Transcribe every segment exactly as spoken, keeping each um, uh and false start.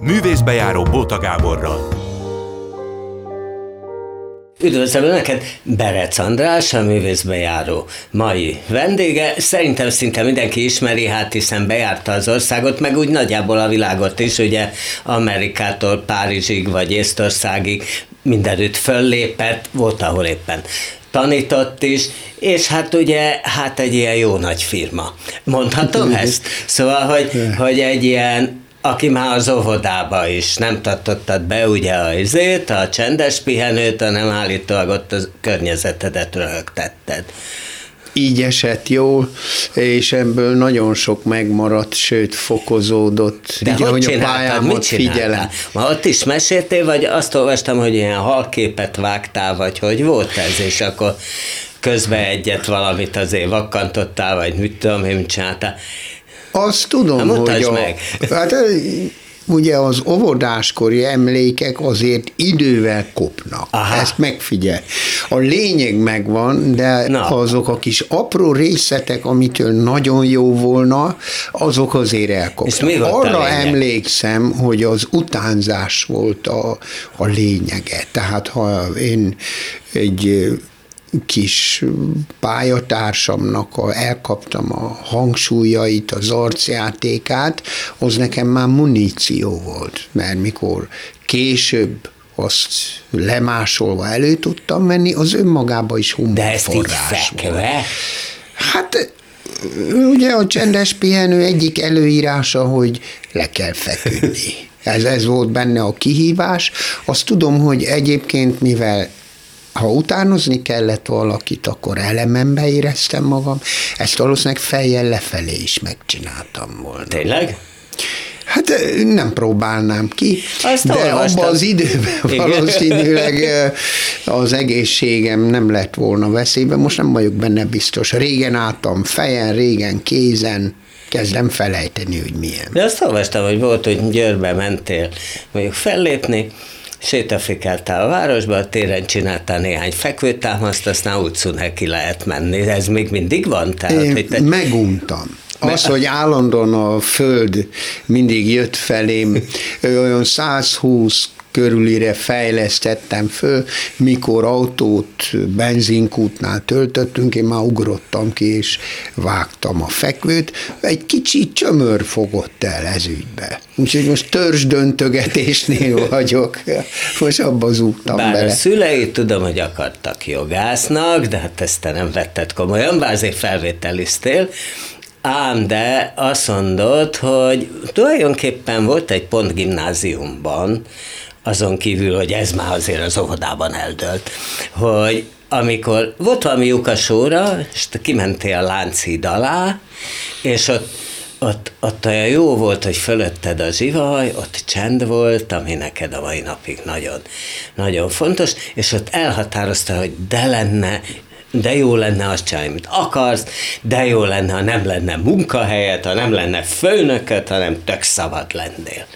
Művészbejáró Bóta Gáborral. Üdvözlöm Önöket, Berec András, a művészbejáró mai vendége. Szerintem szinte mindenki ismeri, hát hiszen bejárta az országot, meg úgy nagyjából a világot is, ugye Amerikától Párizsig vagy Észtországig mindenütt föllépett, volt, ahol éppen tanított is, és hát ugye, hát egy ilyen jó nagy firma. Mondhatom ezt? Szóval, hogy, hogy egy ilyen, aki már az óvodába is nem tartottad be ugye a izét, a csendes pihenőt, hanem állítólag ott a környezetedet röhögtetted. Így esett jól, és ebből nagyon sok megmaradt, sőt fokozódott. De így, hogy ahogy csináltad, a pályámat mit csináltál? figyelem. Ma ott is meséltél, vagy azt olvastam, hogy ilyen halképet vágtál, vagy hogy volt ez, és akkor közben egyet valamit azért vakkantottál, vagy mit tudom én, mit csináltál. Azt tudom, Na, hogy a, meg. hát ugye az óvodáskori emlékek azért idővel kopnak. Aha. Ezt megfigyel. A lényeg megvan, de Na. azok a kis apró részletek, amitől nagyon jó volna, azok azért elkopnak. Arra emlékszem, hogy az utánzás volt a, a lényege. Tehát ha én egy kis pályatársamnak a, elkaptam a hangsúlyait, az arcjátékát, az nekem már muníció volt, mert mikor később azt lemásolva elő tudtam venni, az önmagában is humorforrás volt. Hát ugye a csendes pihenő egyik előírása, hogy le kell feküdni. Ez, ez volt benne a kihívás. Azt tudom, hogy egyébként, mivel ha utánozni kellett valakit, akkor elemembe éreztem magam. Ezt valószínűleg fejjel lefelé is megcsináltam volna. Tényleg? Hát nem próbálnám ki, Azt de olvastam. abban az időben valószínűleg az egészségem nem lett volna veszélyben. Most nem vagyok benne biztos. Régen álltam fejen, régen kézen, kezdem felejteni, hogy milyen. De azt olvastam, hogy volt, hogy Győrbe mentél mondjuk fellépni, sétafikáltál a városba, a téren csináltál néhány fekvőtámaszt, aztán úgy neki lehet menni. Ez még mindig van? Tehát, Én hogy te... meguntam. Az, hogy állandóan a föld mindig jött felém, olyan száz húsz körülire fejlesztettem föl, mikor autót benzinkútnál töltöttünk, én már ugrottam ki, és vágtam a fekvőt. Egy kicsit csömör fogott el ez ügybe. Úgyhogy most törzsdöntögetésnél vagyok. Most abba zúgtam Bár bele. a szüleid tudom, hogy akartak jogásznak, de hát ezt te nem vetted komolyan, bár azért felvételiztél. Ám de azt mondod, hogy tulajdonképpen volt egy pont gimnáziumban, azon kívül, hogy ez már azért az óvodában eldőlt, hogy amikor volt valami lyukas óra, és te kimentél a Lánchíd alá, és ott, ott, ott olyan jó volt, hogy fölötted a zsivaj, ott csend volt, ami neked a mai napig nagyon, nagyon fontos, és ott elhatározta, hogy de lenne, de jó lenne azt csinálni, amit akarsz, de jó lenne, ha nem lenne munkahelyed, ha nem lenne főnököd, hanem tök szabad lennél.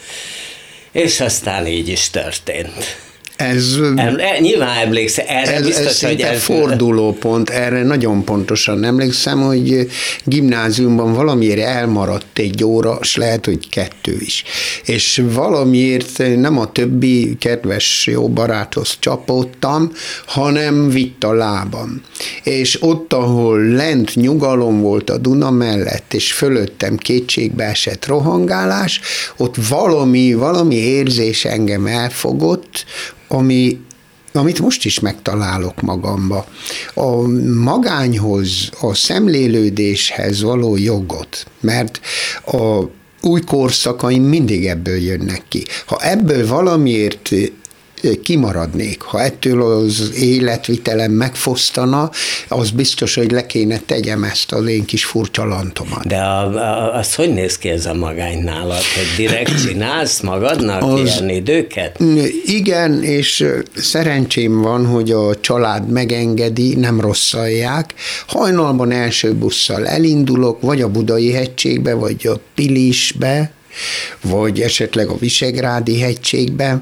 És aztán így is történt. Ez, Emle- nyilván emlékszel, erre ez, biztos, ez hogy ez... fordulópont, erre nagyon pontosan emlékszem, hogy gimnáziumban valamiért elmaradt egy óra, és lehet, hogy kettő is. És valamiért nem a többi kedves jó baráthoz csapódtam, hanem vitt a lábam. És ott, ahol lent nyugalom volt a Duna mellett, és fölöttem kétségbe esett rohangálás, ott valami, valami érzés engem elfogott, ami, amit most is megtalálok magamba. A magányhoz, a szemlélődéshez való jogot, mert a új korszakaim mindig ebből jönnek ki. Ha ebből valamiért kimaradnék, ha ettől az életvitelem megfosztana, az biztos, hogy le kéne tegyem ezt az én kis furcsa lantomat. De a, a, az hogy néz ki ez a magány nálad, hogy direkt csinálsz magadnak az, ilyen időket? Igen, és szerencsém van, hogy a család megengedi, nem rosszalják. Hajnalban első busszal elindulok, vagy a Budai hegységbe, vagy a Pilisbe, vagy esetleg a Visegrádi hegységbe,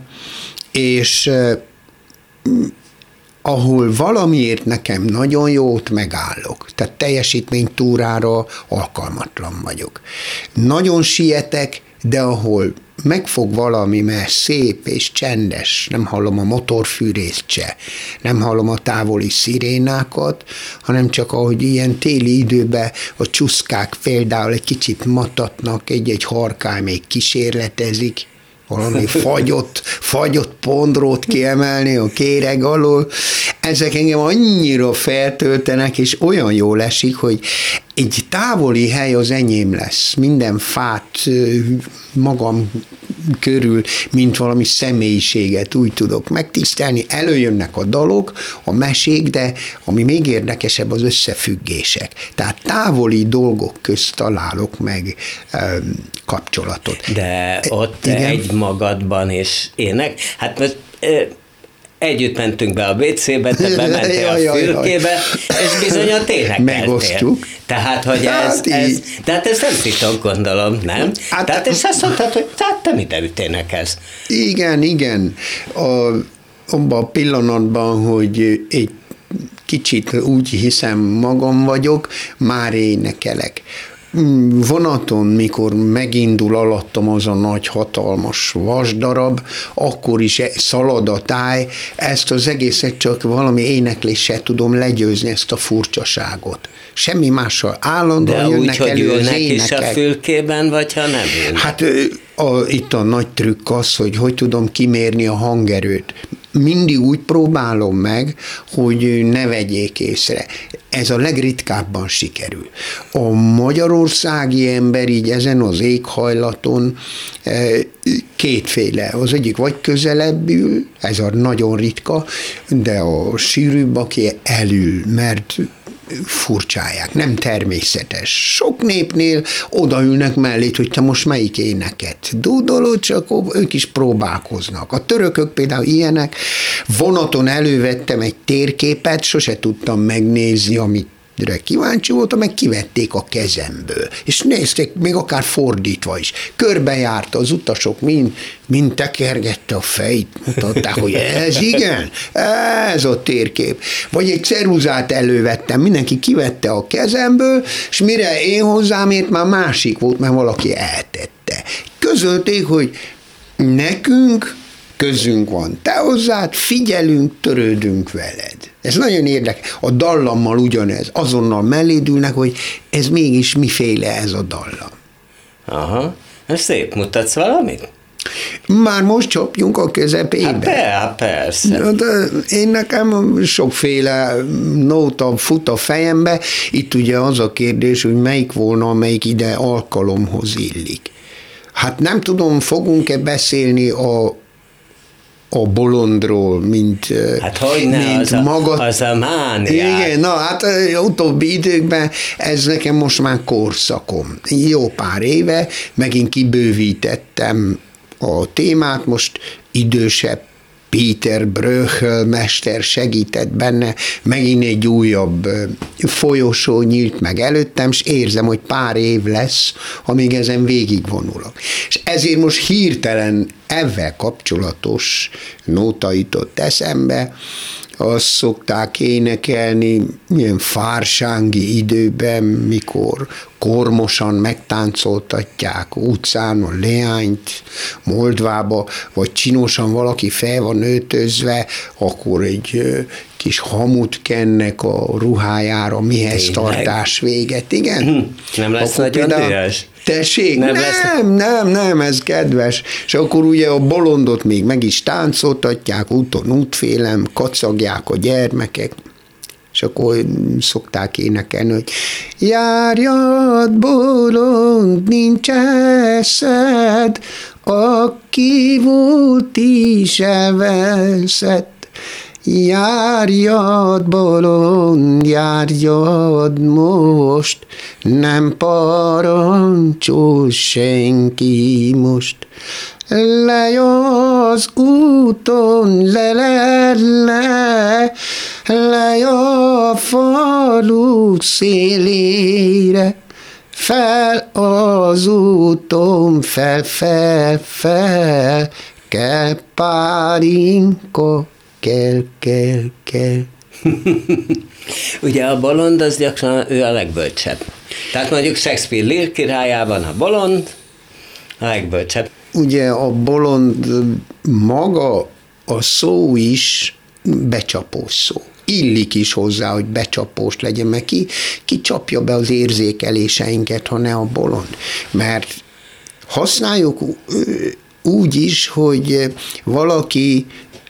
és eh, ahol valamiért nekem nagyon jót megállok, tehát teljesítménytúrára alkalmatlan vagyok. Nagyon sietek, de ahol megfog valami, mert szép és csendes, nem hallom a motorfűrészt se, nem hallom a távoli szirénákat, hanem csak ahogy ilyen téli időben a csuszkák például egy kicsit matatnak, egy-egy harkály még kísérletezik, valami fagyott, fagyott pondrót kiemelni a kéreg alól. Ezek engem annyira feltöltenek, és olyan jól esik, hogy egy távoli hely az enyém lesz. Minden fát magam körül, mint valami személyiséget úgy tudok megtisztelni. Előjönnek a dalok, a mesék, de ami még érdekesebb, az összefüggések. Tehát távoli dolgok közt találok meg um, kapcsolatot. De ott igen? Egy magadban is ének? Hát most együtt mentünk be a vé cébe, te bementél a fülkébe, és bizony a tényleg megosztjuk. Tehát, hogy ez, hát ez, de hát ez nem titok, gondolom, nem? Hát, tehát, és azt mondtad, hogy tehát te mindenütt énekelsz. Igen, igen. A, abban a pillanatban, hogy egy kicsit úgy hiszem magam vagyok, már énekelek. Vonaton, mikor megindul alattam az a nagy, hatalmas vasdarab, akkor is szalad a táj, ezt az egészet csak valami énekléssel tudom legyőzni, ezt a furcsaságot. Semmi mással. Állandóan de jönnek úgy, elő hogy az énekek. énekek. De úgy, hogy ülnek is a fülkében, vagy ha nem ülnek? Hát a, itt a nagy trükk az, hogy hogy tudom kimérni a hangerőt. Mindig úgy próbálom meg, hogy ne vegyék észre. Ez a legritkábban sikerül. A magyarországi ember így ezen az éghajlaton kétféle. Az egyik vagy közelebb ül, ez a nagyon ritka, de a sűrűbb, aki elül, mert furcsálják, nem természetes. Sok népnél odaülnek mellé, hogy te most melyik éneket dúdolod, csak ők is próbálkoznak. A törökök például ilyenek, vonaton elővettem egy térképet, sose tudtam megnézni, amit kíváncsi voltam, meg kivették a kezemből. És nézték, még akár fordítva is. Körbejárta az utasok, mind, mind tekergette a fejét, mutatták, hogy ez igen, ez a térkép. Vagy egy ceruzát elővettem, mindenki kivette a kezemből, és mire én hozzám ért, már másik volt, mert valaki eltette. Közölték, hogy nekünk közünk van te hozzád, figyelünk, törődünk veled. Ez nagyon érdekes. A dallammal ugyanez. Azonnal melléd ülnek, hogy ez mégis miféle ez a dallam. Aha. Ez szép. Mutatsz valamit? Már most csapjunk a közepébe. Hát, per, persze. De én nekem sokféle nóta fut a fejembe. Itt ugye az a kérdés, hogy melyik volna, amelyik ide alkalomhoz illik. Hát nem tudom, fogunk-e beszélni a a bolondról, mint, hát hogyne, mint az a, maga. Az a mániák. Igen, na hát utóbbi időkben ez nekem most már korszakom. Jó pár éve megint kibővítettem a témát, most idősebb Péter Bröchel mester segített benne, megint egy újabb folyosó nyílt meg előttem, és érzem, hogy pár év lesz, amíg ezen végigvonulok. És ezért most hirtelen ezzel kapcsolatos nóta jutott eszembe, azt szokták énekelni ilyen fársángi időben, mikor kormosan megtáncoltatják utcán a leányt Moldvába, vagy csinosan valaki fel van öltözve, akkor egy kis hamut kennek a ruhájára, mihez tényleg? Tartás véget, igen? Nem lesz nagyon dühös? Tessék, nem, nem, nem, nem, ez kedves. És akkor ugye a bolondot még meg is táncoltatják, úton útfélem, kacagják a gyermekek, és akkor szokták énekelni, hogy járjad bolond, nincs eszed, aki volt is elveszett. Járjad bolond, járjad most, nem parancsol senki most. Le az úton, le, le, le, le a falu szélére, fel az úton, fel, fel, fel, kell pálinka, kell, kell, kell. Ugye a bolond az gyakran ő a legbölcsebb. Tehát mondjuk Shakespeare Lear királyában a bolond a legbölcsebb. ugye a bolond maga a szó is becsapós szó. Illik is hozzá, hogy becsapós legyen, mert ki, ki csapja be az érzékeléseinket, ha ne a bolond. Mert használjuk úgy is, hogy valaki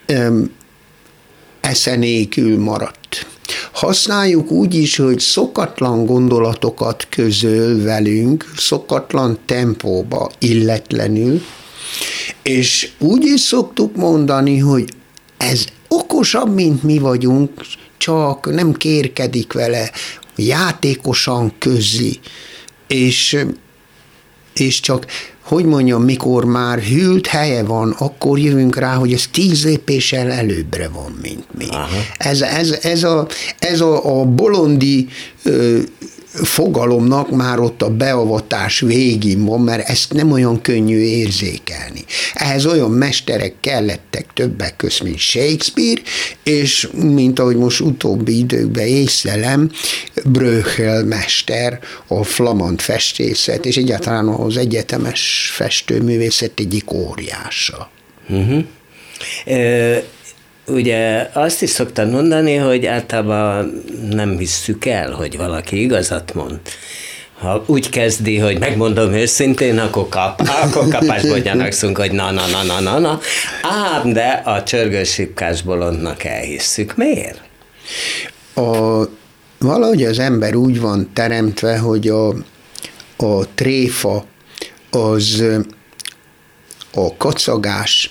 esze nélkül maradt. Használjuk úgy is, hogy szokatlan gondolatokat közöl velünk, szokatlan tempóba, illetlenül, és úgy is szoktuk mondani, hogy ez okosabb, mint mi vagyunk, csak nem kérkedik vele, játékosan közli, és, és csak, hogy mondjam, mikor már hűlt helye van, akkor jövünk rá, hogy ez tíz lépéssel előbbre van, mint mi. Ez, ez, ez, a, ez a, a bolondi ö, fogalomnak már ott a beavatás végén van, mert ezt nem olyan könnyű érzékelni. Ehhez olyan mesterek kellettek többek közt, mint Shakespeare, és mint ahogy most utóbbi időkben észlelem, Bruegel mester, a flamand festészet, és egyáltalán az egyetemes festőművészet egyik óriása. Uh-huh. Ö- Ugye azt is szoktad mondani, hogy általában nem hisszük el, hogy valaki igazat mond. Ha úgy kezdi, hogy megmondom őszintén, akkor, kap, akkor kapásból gyanakszunk, hogy na, na, na, na, na, na. Ám, de a csörgősipkás bolondnak elhisszük. Miért? A, valahogy az ember úgy van teremtve, hogy a, a tréfa, az a kacagás,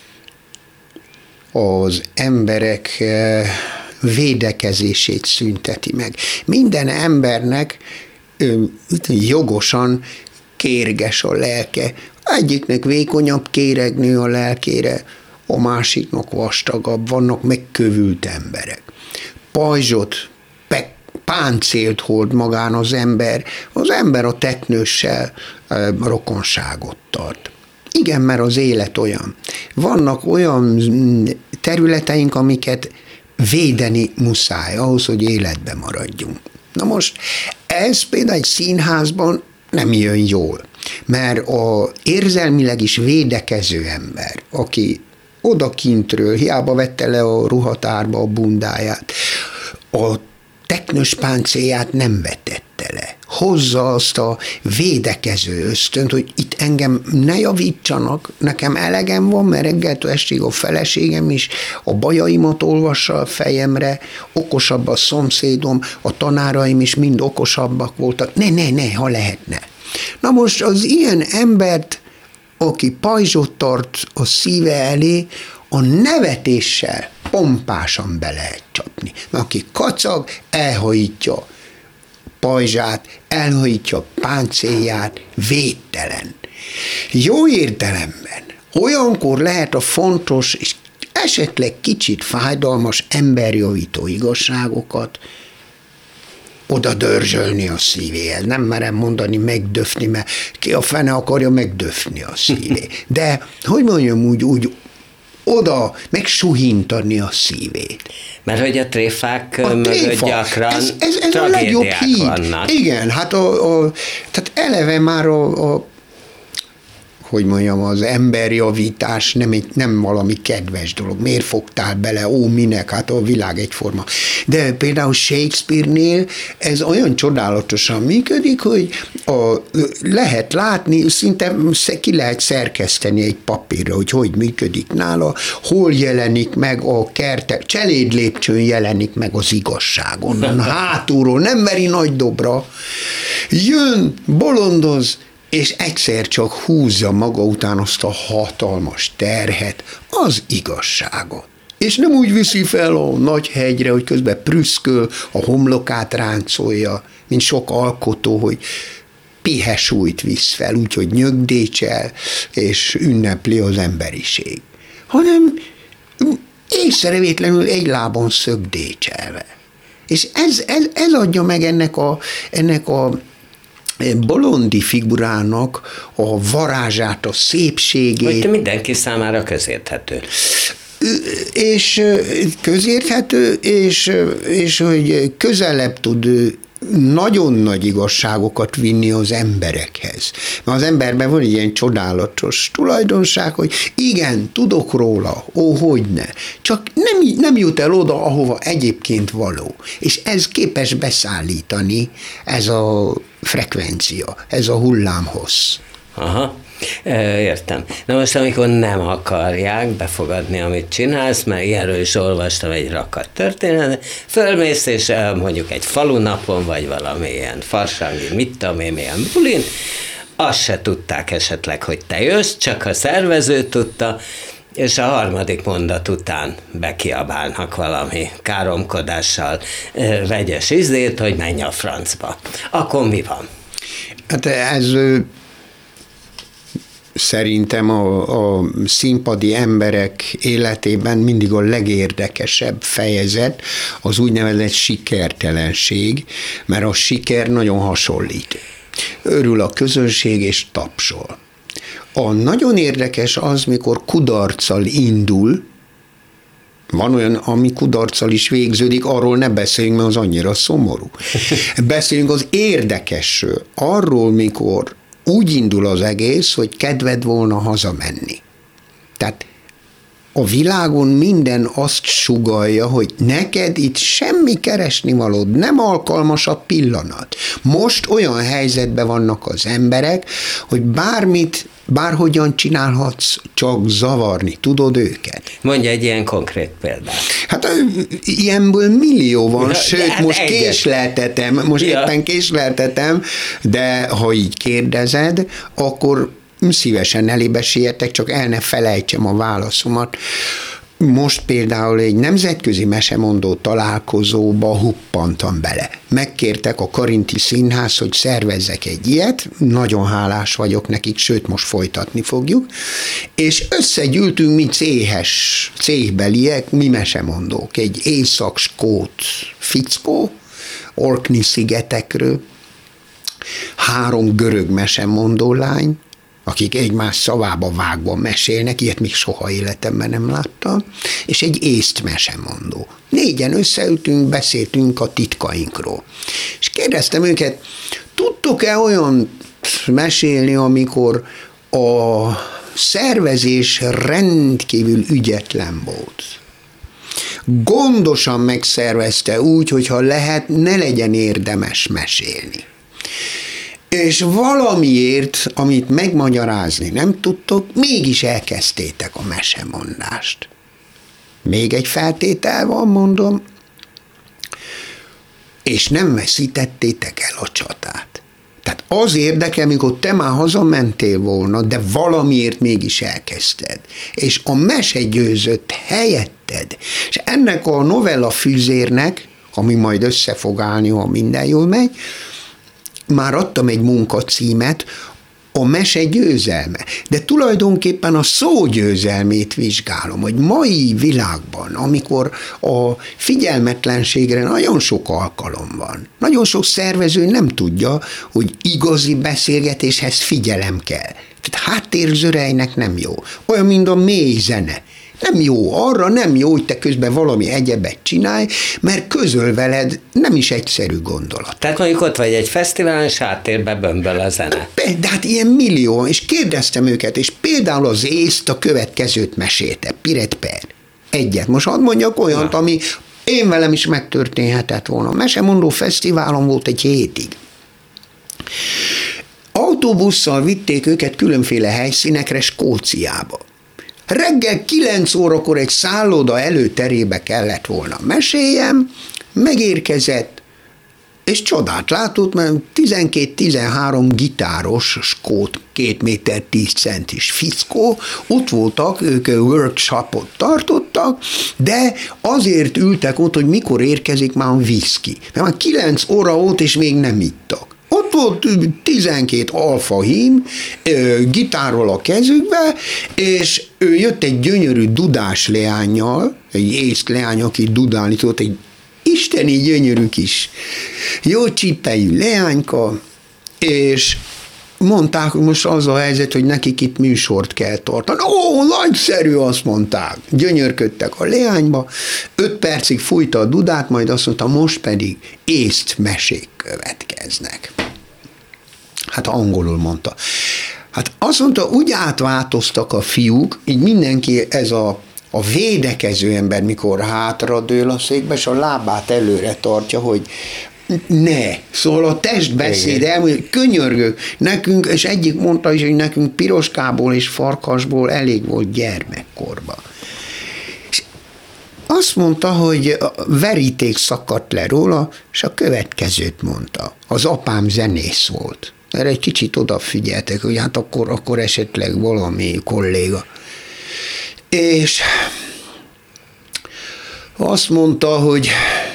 az emberek védekezését szünteti meg. Minden embernek jogosan kérges a lelke. Egyiknek vékonyabb kéregnő a lelkére, a másiknak vastagabb, vannak megkövült emberek. Pajzsot, pe- páncélt hold magán az ember, az ember a teknőssel rokonságot tart. Igen, mert az élet olyan. Vannak olyan területeink, amiket védeni muszáj, ahhoz, hogy életben maradjunk. Na most ez például egy színházban nem jön jól, mert az érzelmileg is védekező ember, aki odakintről, hiába vette le a ruhatárba a bundáját, a teknős páncélját nem vetette le. Hozza azt a védekező ösztönt, hogy itt engem ne javítsanak, nekem elegem van, mert reggeltől estig a feleségem is a bajaimat olvassa a fejemre, okosabb a szomszédom, a tanáraim is mind okosabbak voltak. Ne, ne, ne, ha lehetne. Na most az ilyen embert, aki pajzsot tart a szíve elé, a nevetéssel pompásan be lehet csapni. Mert aki kacag, elhajítja pajzsát, elhajítja páncélját, védtelen. Jó értelemben olyankor lehet a fontos és esetleg kicsit fájdalmas emberjavító igazságokat oda dörzsölni a szívéhez. Nem merem mondani megdöfni, mert ki a fene akarja megdöfni a szívét. De, hogy mondjam, úgy, úgy oda megsuhintani a szívét. Mert hogy a tréfák a mögött tréfa, gyakran ez, ez, ez a legjobb híd. Vannak. Igen, hát a, a, tehát eleve már a, a hogy mondjam, az emberjavítás nem, egy, nem valami kedves dolog. Miért fogtál bele? Ó, minek? Hát a világ egyforma. De például Shakespeare-nél ez olyan csodálatosan működik, hogy a, lehet látni, szinte ki lehet szerkeszteni egy papírra, hogy hogy működik nála, hol jelenik meg a kerte, cselédlépcsőn jelenik meg az igazság onnan, hátulról, nem meri nagy dobra. Jön, bolondoz, és egyszer csak húzza maga után azt a hatalmas terhet, az igazságot. És nem úgy viszi fel a nagy hegyre, hogy közben prüszköl, a homlokát ráncolja, mint sok alkotó, hogy pihesúlyt visz fel, úgyhogy nyögdécsel, és ünnepli az emberiség. Hanem észrevétlenül egy lábon szögdécselve. És ez, ez, ez adja meg ennek a, ennek a bolondi figurának a varázsát, a szépségét. Hogy mindenki számára közérthető. És közérthető, és, és hogy közelebb tud nagyon nagy igazságokat vinni az emberekhez. Mert az emberben van egy ilyen csodálatos tulajdonság, hogy igen, tudok róla, ó, hogyne, csak nem, nem jut el oda, ahova egyébként való. És ez képes beszállítani, ez a frekvencia, ez a hullámhossz. Aha. Értem. Na most, amikor nem akarják befogadni, amit csinálsz, mert ilyenről is olvastam egy rakat történet, fölmész, és mondjuk egy falunapon, vagy valamilyen farsangi, mit tudom én, milyen bulin, azt se tudták esetleg, hogy te jössz, csak a szervező tudta, és a harmadik mondat után bekiabálnak valami káromkodással vegyes izét, hogy menj a francba. Akkor mi van? Hát ez szerintem a, a színpadi emberek életében mindig a legérdekesebb fejezet az úgynevezett sikertelenség, mert a siker nagyon hasonlít. Örül a közönség és tapsol. A nagyon érdekes az, mikor kudarccal indul, van olyan, ami kudarccal is végződik, arról ne beszéljünk, mert az annyira szomorú. Beszéljünk az érdekesről, arról, mikor úgy indul az egész, hogy kedved volna hazamenni. Tehát a világon minden azt sugallja, hogy neked itt semmi keresnivalód, nem alkalmas a pillanat. Most olyan helyzetben vannak az emberek, hogy bármit, bárhogyan csinálhatsz, csak zavarni tudod őket. Mondja egy ilyen konkrét példát. Hát ilyenből millió van, ja, sőt, hát most egyet. késleltetem, most ja. éppen késleltetem, de ha így kérdezed, akkor szívesen elébe sietek, csak el ne felejtsem a válaszomat. Most például egy nemzetközi mesemondó találkozóba huppantam bele. Megkértek a Karinti Színház, hogy szervezzek egy ilyet, nagyon hálás vagyok nekik, sőt most folytatni fogjuk, és összegyűltünk mi céhes, céhbeliek, mi mesemondók, egy észak-skót fickó, Orkney szigetekről, három görög mesemondó lány, akik egymás szavába vágva mesélnek, ilyet még soha életemben nem láttam, és egy észt mesemondó. Négyen összeültünk, beszéltünk a titkainkról. És kérdeztem őket, tudtok-e olyan mesélni, amikor a szervezés rendkívül ügyetlen volt? Gondosan megszervezte úgy, hogyha lehet, ne legyen érdemes mesélni. És valamiért, amit megmagyarázni nem tudtok, mégis elkezdtétek a mesemondást. Még egy feltétel van, mondom, és nem veszítettétek el a csatát. Tehát az érdekel, mikor te már hazamentél volna, de valamiért mégis elkezdted. És a mese győzött helyetted. És ennek a novella fűzérnek, ami majd össze fog állni, ha minden jól megy, már adtam egy munkacímet, a mese győzelme, de tulajdonképpen a szó győzelmét vizsgálom, hogy mai világban, amikor a figyelmetlenségre nagyon sok alkalom van, nagyon sok szervező nem tudja, hogy igazi beszélgetéshez figyelem kell. Tehát háttérzörejnek nem jó. Olyan, mint a mély zene. Nem jó arra, nem jó, hogy te közben valami egyebet csinálj, mert közöl veled nem is egyszerű gondolat. Tehát mondjuk ott vagy egy fesztiválon, és háttérbe bömböl a zene. De hát ilyen millió, és kérdeztem őket, és például az észt a következőt mesélte, Piret Per. Egyet. Most hadd mondjak olyant, Na. ami én velem is megtörténhetett volna. Mesemondó fesztiválon volt egy hétig. Autóbusszal vitték őket különféle helyszínekre Skóciába. Reggel kilenc órakor egy szálloda előterébe kellett volna meséljem, megérkezett, és csodát látott, mert tizenkét-tizenhárom gitáros, skót, két méter tíz centis fickó, ott voltak, ők workshopot tartottak, de azért ültek ott, hogy mikor érkezik már a whisky. Mert már kilenc óra volt, és még nem ittak. Ott volt tizenkét alfa hím, gitárral a kezükbe, és ő jött egy gyönyörű dudás leánnyal, egy észt leány, aki dudálni tudott, egy isteni gyönyörű kis jó csípejű leányka, és mondták, hogy most az a helyzet, hogy nekik itt műsort kell tartani. Ó, nagyszerű, azt mondták. Gyönyörködtek a leányba, öt percig fújta a dudát, majd azt mondta, most pedig észt mesék következnek. Hát angolul mondta. Hát azt mondta, úgy átváltoztak a fiúk, így mindenki ez a, a védekező ember, mikor hátradől a székbe, és a lábát előre tartja, hogy ne. Szóval a testbeszéd elmondja, könyörgök, nekünk, és egyik mondta is, hogy nekünk piroskából és farkasból elég volt gyermekkorba. És azt mondta, hogy a veríték szakadt le róla, és a következőt mondta. Az apám zenész volt. Erre egy kicsit odafigyeltek, hogy hát akkor, akkor esetleg valami kolléga. És azt mondta, hogy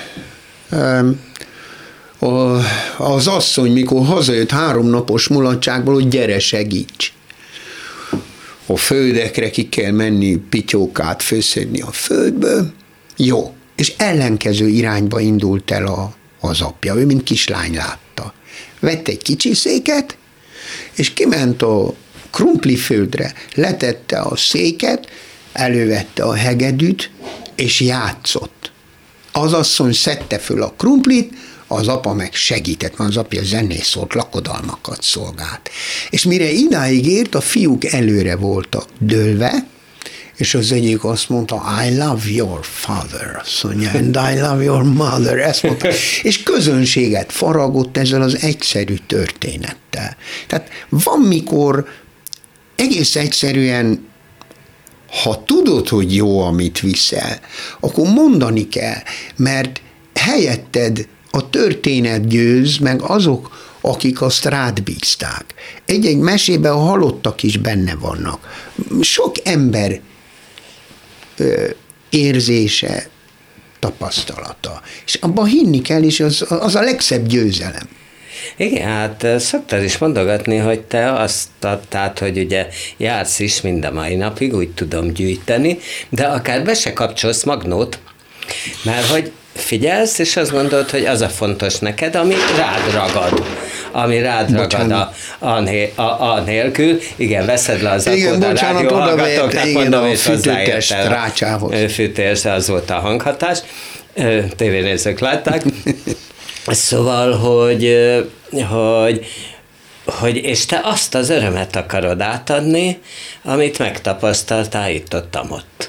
az asszony, mikor hazajött háromnapos mulatságból, hogy gyere, segíts. A földekre ki kell menni, pityókát főszedni a földből. Jó. És ellenkező irányba indult el a, az apja. Ő mint kislány látta. Vett egy kicsi széket, és kiment a krumpliföldre, letette a széket, elővette a hegedűt, és játszott. Az asszony szedte föl a krumplit, az apa meg segített, mert az apja zenész volt, lakodalmakat szolgált. És mire idáig ért, a fiúk előre voltak dőlve, és az egyik azt mondta, I love your father, azt mondja, and I love your mother, ezt mondta, és közönséget faragott ezzel az egyszerű történettel. Tehát van, mikor egész egyszerűen, ha tudod, hogy jó, amit viszel, akkor mondani kell, mert helyetted a történet győz, meg azok, akik azt rád bízták. Egy-egy mesében a halottak is benne vannak. Sok ember ö, érzése, tapasztalata. És abban hinni kell, és az, az a legszebb győzelem. Igen, hát szoktad is mondogatni, hogy te azt adtad, hogy ugye jársz is mind a mai napig, úgy tudom gyűjteni, de akár be se kapcsolsz magnót, mert hogy figyelsz, és azt gondolod, hogy az a fontos neked, ami rád ragad. Ami rád ragad a, a, a, a nélkül. Igen, veszed le az akkord a rádióhallgatóknak, mondom, és hozzáértel a fűtés, az volt a hanghatás. Tévénézők látták. Szóval, hogy, hogy, hogy és te azt az örömet akarod átadni, amit megtapasztaltál itt-ottam ott.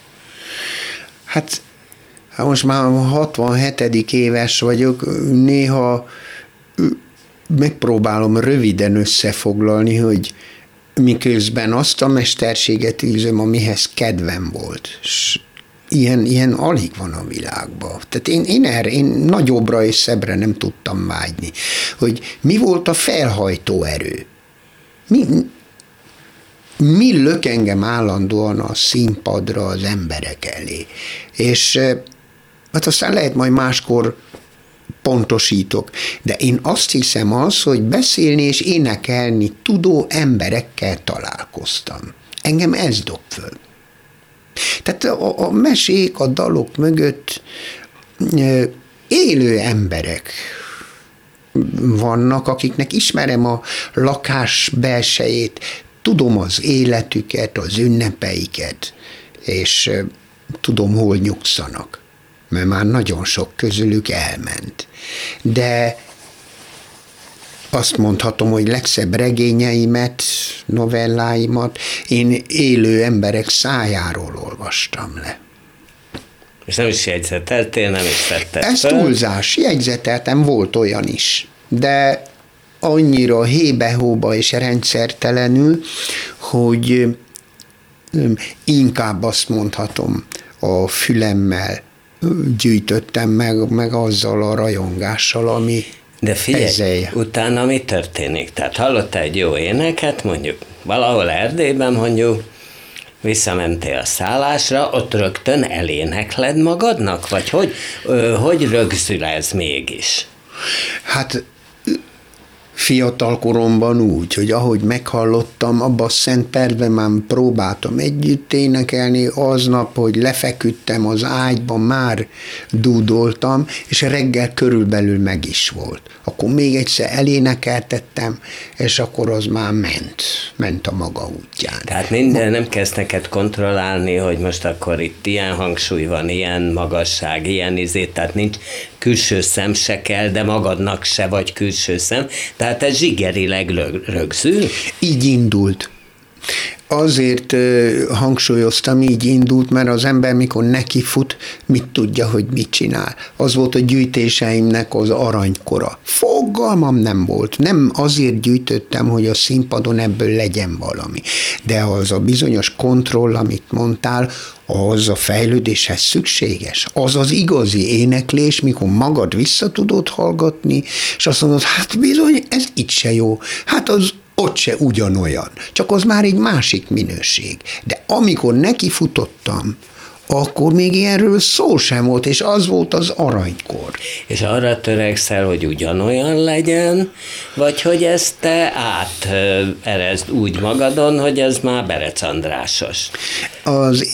Hát Hát most már hatvanhetedik éves vagyok, néha megpróbálom röviden összefoglalni, hogy miközben azt a mesterséget űzöm, amihez kedvem volt. És ilyen, ilyen alig van a világban. Tehát én, én erre, én nagyobbra és szebbre nem tudtam vágyni. Hogy mi volt a felhajtó erő? Mi, mi lök engem állandóan a színpadra az emberek elé? És hát aztán lehet majd máskor pontosítok, de én azt hiszem az, hogy beszélni és énekelni tudó emberekkel találkoztam. Engem ez dob föl. Tehát a, a mesék, a dalok mögött élő emberek vannak, akiknek ismerem a lakás belsejét, tudom az életüket, az ünnepeiket, és tudom, hol nyugszanak, mert már nagyon sok közülük elment. De azt mondhatom, hogy legszebb regényeimet, novelláimat én élő emberek szájáról olvastam le. És nem is jegyzeteltél, nem is tetted Ez fel? Túlzás, jegyzeteltem, volt olyan is, de annyira hébe-hóba és rendszertelenül, hogy inkább azt mondhatom, a fülemmel gyűjtöttem meg, meg azzal a rajongással, ami De figyelj, ezelje. Utána mi történik? Tehát hallottál egy jó éneket, mondjuk valahol Erdélyben mondjuk, visszamentél a szállásra, ott rögtön elénekled magadnak? Vagy hogy, hogy rögzül ez mégis? Hát fiatal koromban úgy, hogy ahogy meghallottam, abban a szent percben már próbáltam együtt énekelni, aznap, hogy lefeküdtem az ágyban, már dúdoltam, és reggel körülbelül meg is volt. Akkor még egyszer elénekeltettem, és akkor az már ment, ment a maga útján. Tehát minden nem kezd neked kontrollálni, hogy most akkor itt ilyen hangsúly van, ilyen magasság, ilyen izét, tehát nincs külső szem se kell, de magadnak se vagy külső szem, tehát ez zsigerileg rögzül? Így indult. Azért hangsúlyoztam, így indult, mert az ember, mikor neki fut, mit tudja, hogy mit csinál. Az volt a gyűjtéseimnek az aranykora. Fogalmam nem volt. Nem azért gyűjtöttem, hogy a színpadon ebből legyen valami. De az a bizonyos kontroll, amit mondtál, az a fejlődéshez szükséges. Az az igazi éneklés, mikor magad vissza tudod hallgatni, és azt mondod, hát bizony, ez itt se jó. Hát az ott se ugyanolyan. Csak az már egy másik minőség. De amikor neki futottam, akkor még ilyenről szó sem volt, és az volt az aranykor. És arra törekszel, hogy ugyanolyan legyen, vagy hogy ezt te áterezd úgy magadon, hogy ez már Berec Andrásos? Az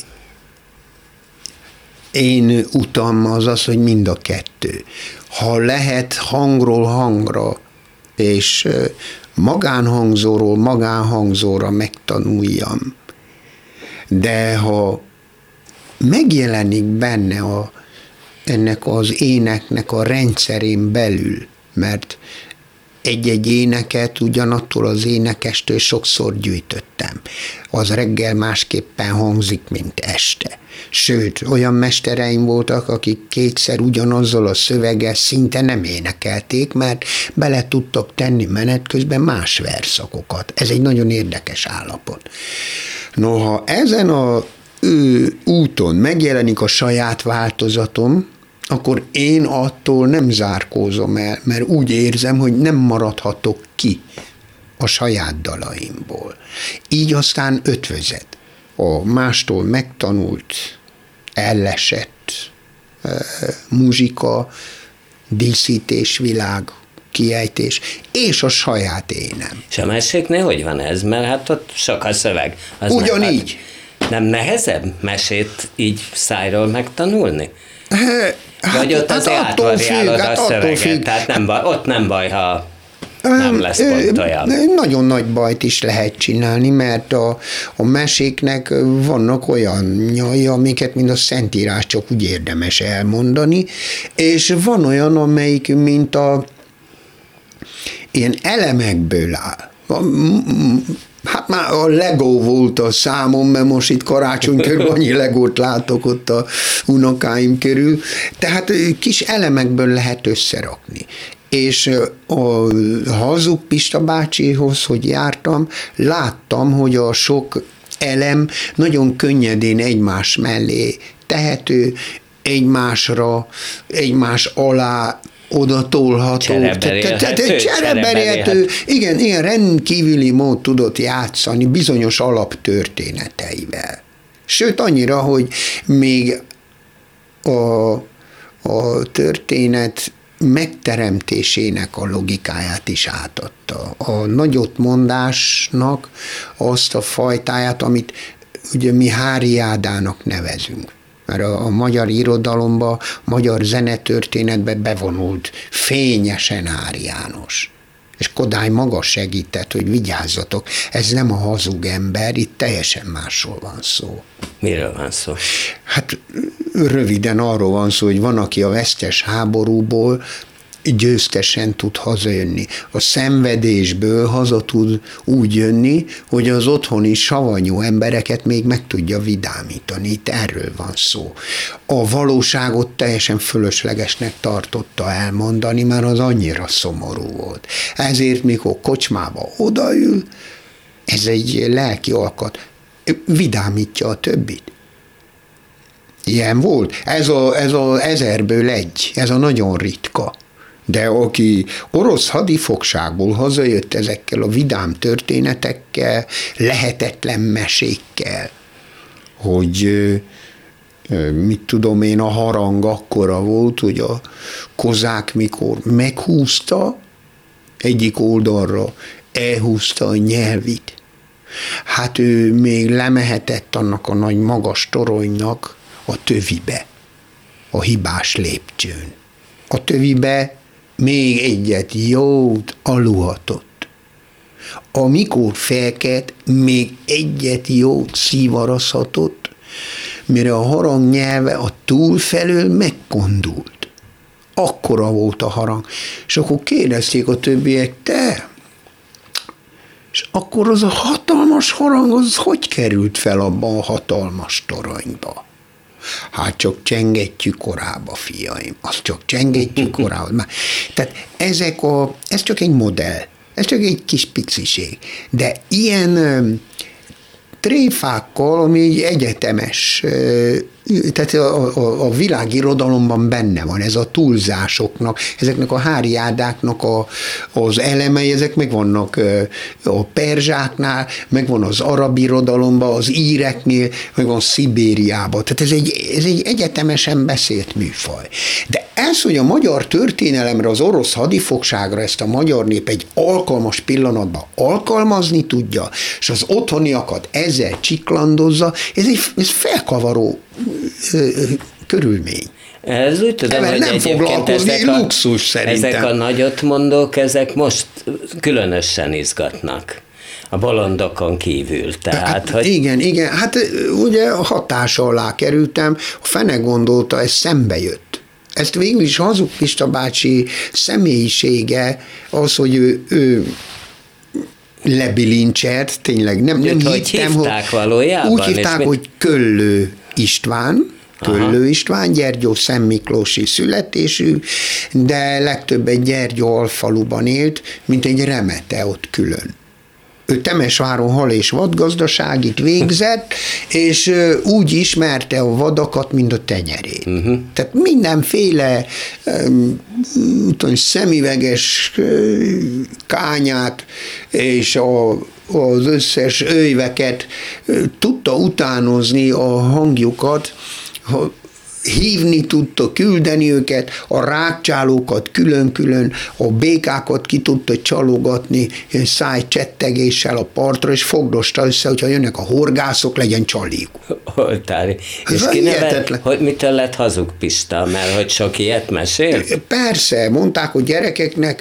én utam az az, hogy mind a kettő. Ha lehet hangról hangra, és magánhangzóról magánhangzóra megtanuljam, de ha megjelenik benne a, ennek az éneknek a rendszerén belül, mert egy-egy éneket ugyanattól az énekestől sokszor gyűjtöttem. Az reggel másképpen hangzik, mint este. Sőt, olyan mestereim voltak, akik kétszer ugyanazzal a szöveggel szinte nem énekelték, mert bele tudtak tenni menet közben más verszakokat. Ez egy nagyon érdekes állapot. Noha ezen a ő úton megjelenik a saját változatom, akkor én attól nem zárkózom el, mert úgy érzem, hogy nem maradhatok ki a saját dalaimból. Így aztán ötvözet. A mástól megtanult, ellesett e, muzsika, díszítésvilág, kiejtés, és a saját énem. És a meséknél hogy van ez? Mert hát ott sok a szöveg. Az ugyanígy. Nem, nem nehezebb mesét így szájról megtanulni? Hát, vagy ott azért hát átvariálod a szöveget, tehát nem baj, ott nem baj, ha nem lesz pont olyan. Nagyon nagy bajt is lehet csinálni, mert a, a meséknek vannak olyan nyai, amiket mind a Szentírás csak úgy érdemes elmondani, és van olyan, amelyik mint a ilyen elemekből áll. Hát már a Lego volt a számom, mert most itt karácsony körül annyi Legót látok ott a unokáim körül, tehát kis elemekből lehet összerakni. És a Hazug Pista bácsihoz, hogy jártam, láttam, hogy a sok elem nagyon könnyedén egymás mellé tehető, egymásra, egymás alá oda tolható. Csereberélhető. Csereberélhető. Igen, ilyen rendkívüli mód tudott játszani bizonyos alaptörténeteivel. Sőt, annyira, hogy még a, a történet megteremtésének a logikáját is átadta. A nagyottmondásnak azt a fajtáját, amit ugye mi háriádának nevezünk. Mert a, a magyar irodalomba, a magyar zenetörténetbe bevonult fényesen Ári János. És Kodály maga segített, hogy vigyázzatok, ez nem a hazug ember, itt teljesen másról van szó. Miről van szó? Hát röviden arról van szó, hogy van, aki a vesztes háborúból győztesen tud hazajönni. A szenvedésből haza tud úgy jönni, hogy az otthoni savanyú embereket még meg tudja vidámítani. Itt erről van szó. A valóságot teljesen fölöslegesnek tartotta elmondani, mert az annyira szomorú volt. Ezért, mikor kocsmába odaül, ez egy lelki alkat, vidámítja a többit. Ilyen volt. Ez a, ez a ezerből egy. Ez a nagyon ritka. De aki orosz hadifogságból hazajött ezekkel a vidám történetekkel, lehetetlen mesékkel, hogy mit tudom én, a harang akkora volt, hogy a kozák mikor meghúzta egyik oldalra elhúzta a nyelvit. Hát ő még lemehetett annak a nagy magas toronynak a tövibe, a hibás lépcsőn. A tövibe még egyet jót aluhatott. Amikor felkelt, még egyet jót szívarazhatott, mire a harang nyelve a túlfelől megkondult. Akkora volt a harang. És akkor kérdezték a többiek, te? És akkor az a hatalmas harang, az hogy került fel abban a hatalmas toronyba? Hát csak csengetjük korába, fiaim. Azt csak csengetjük korába. Tehát ezek a, ez csak egy modell. Ez csak egy kis piciség. De ilyen tréfákkal, ami egy egyetemes, tehát a, a, a világirodalomban benne van ez a túlzásoknak, ezeknek a háriádáknak a, az elemei, ezek megvannak a perzsáknál, megvan az arab irodalomban, az íreknél, megvan Szibériában. Tehát ez egy, ez egy egyetemesen beszélt műfaj. De ez, hogy a magyar történelemre, az orosz hadifogságra ezt a magyar nép egy alkalmas pillanatban alkalmazni tudja, és az otthoniakat ezzel csiklandozza, ez egy ez felkavaró körülmény. Ez úgy tudom, Evel hogy nem foglalkozni, ezek a, luxus szerintem. Ezek a nagyotmondók, ezek most különösen izgatnak. A bolondokon kívül. Tehát, hát, hogy... Igen, igen. Hát ugye a hatása alá kerültem, a fene gondolta, ez szembe jött. Ezt végül is Hazug Pista bácsi személyisége az, hogy ő, ő lebilincselt, tényleg nem, nem hittem, hittem, hogy hívták valójában? Úgy hívták, hogy mi... Köllő István, Köllő Aha. István, Gyergyó szentmiklósi születésű, de legtöbbet Gyergyó alfaluban élt, mint egy remete ott külön. Ő Temesváron hal- és vadgazdaságit végzett, és úgy ismerte a vadakat, mint a tenyerét. Uh-huh. Tehát mindenféle um, tudom, szemüveges kányát és a, az összes öjveket tudta utánozni a hangjukat, hívni tudta, küldeni őket, a rákcsálókat külön-külön, a békákat ki tudta csalogatni szájcsettegéssel a partra, és fogdosta össze, hogyha jönnek a horgászok, legyen csaljuk. Oltári. És kinevet, hogy mitől lett Hazug Pista? Mert hogy sok ilyet mesél? Persze, mondták, hogy gyerekeknek,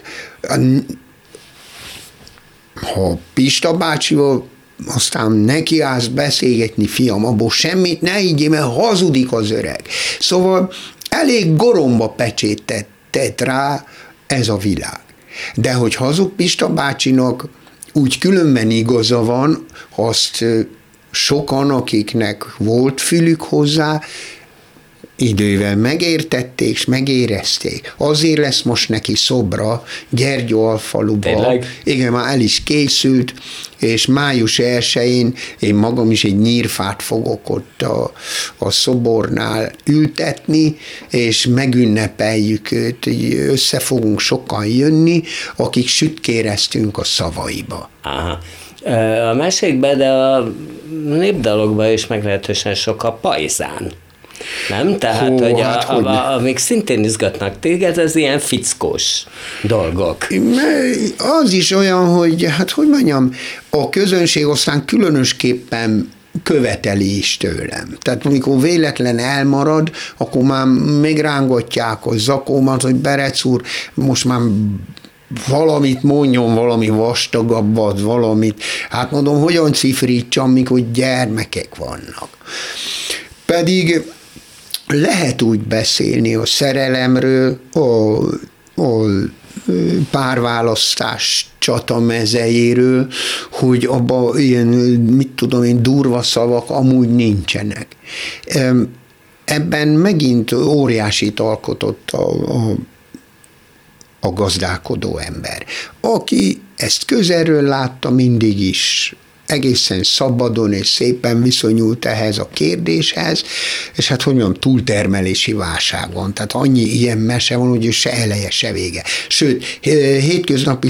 ha Pista bácsival aztán neki állsz beszélgetni, fiam, abból semmit ne higgyél, mert hazudik az öreg. Szóval elég goromba pecsétet tett rá ez a világ. De hogy Hazug Pista bácsinak úgy különben igaza van, azt sokan, akiknek volt fülük hozzá, idővel megértették, és megérezték. Azért lesz most neki szobra Gyergyóalfaluba. Igen, már el is készült, és május elsején én magam is egy nyírfát fogok ott a, a szobornál ültetni, és megünnepeljük őt, össze fogunk sokan jönni, akik sütkéreztünk a szavaiba. Aha. A mesékben, de a népdalokban is meglehetősen sok a pajzán. Nem? Tehát, Hú, hogy, hát, a, hogy a, amik szintén izgatnak téged, az ilyen fickós dolgok. Az is olyan, hogy, hát hogy mondjam, a közönség aztán különösképpen követeli is tőlem. Tehát amikor véletlen elmarad, akkor már megrángatják a zakómat, hogy Berec úr, most már valamit mondjon, valami vastagabbat, valamit. Hát mondom, hogyan cifrítsam, mikor gyermekek vannak. Pedig lehet úgy beszélni a szerelemről, a, a párválasztás csatamezejéről, hogy abban ilyen, mit tudom én, durva szavak amúgy nincsenek. Ebben megint óriásit alkotott a, a, a gazdálkodó ember, aki ezt közelről látta mindig is, egészen szabadon és szépen viszonyult ehhez a kérdéshez, és hát hogy mondjam, túltermelési válság van, tehát annyi ilyen mese van, hogy se eleje, se vége. Sőt, hétköznapi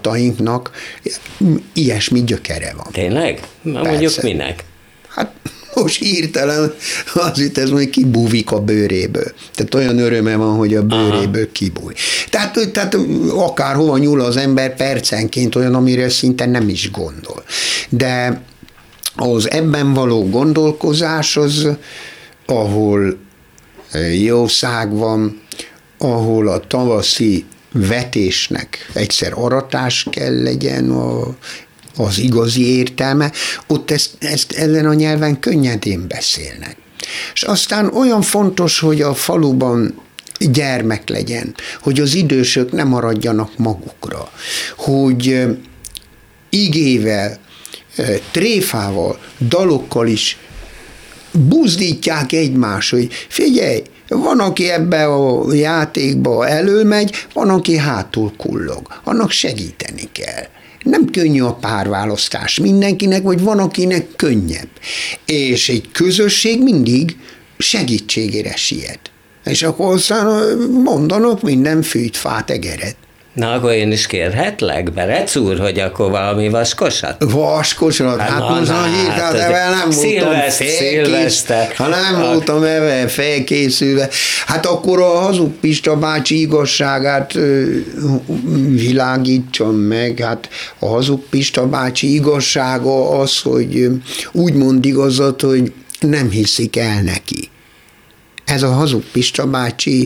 szófordulatainknak ilyesmi gyökere van. Tényleg? Na, mondjuk minek? Hát most hirtelen az itt ez majd kibúvik a bőréből. Tehát olyan öröme van, hogy a bőréből kibúj. Tehát, tehát akárhova nyúl az ember percenként olyan, amire szinte nem is gondol. De az ebben való gondolkozás az, ahol jószág van, ahol a tavaszi vetésnek egyszer aratás kell legyen, a, az igazi értelme, ott ezt, ezt ezen a nyelven könnyedén beszélnek. És aztán olyan fontos, hogy a faluban gyermek legyen, hogy az idősök ne maradjanak magukra, hogy igével, tréfával, dalokkal is buzdítják egymást, hogy figyelj, van, aki ebbe a játékba előmegy, van, aki hátul kullog. Annak segíteni kell. Nem könnyű a párválasztás mindenkinek, vagy van, akinek könnyebb. És egy közösség mindig segítségére siet. És akkor aztán mondanak minden fűt, fát, egeret. Na, akkor én is kérhetlek, Berec úr, hogy akkor valami vaskosat? Vaskosat? Hát, hát most a hirtelen, de nem voltam felkész, ha nem a... voltam ebben felkészülve. Hát akkor a Hazug Pista bácsi igazságát világítson meg. Hát a Hazug Pista bácsi igazsága az, hogy úgy mond igazat, hogy nem hiszik el neki. Ez a Hazug Pista bácsi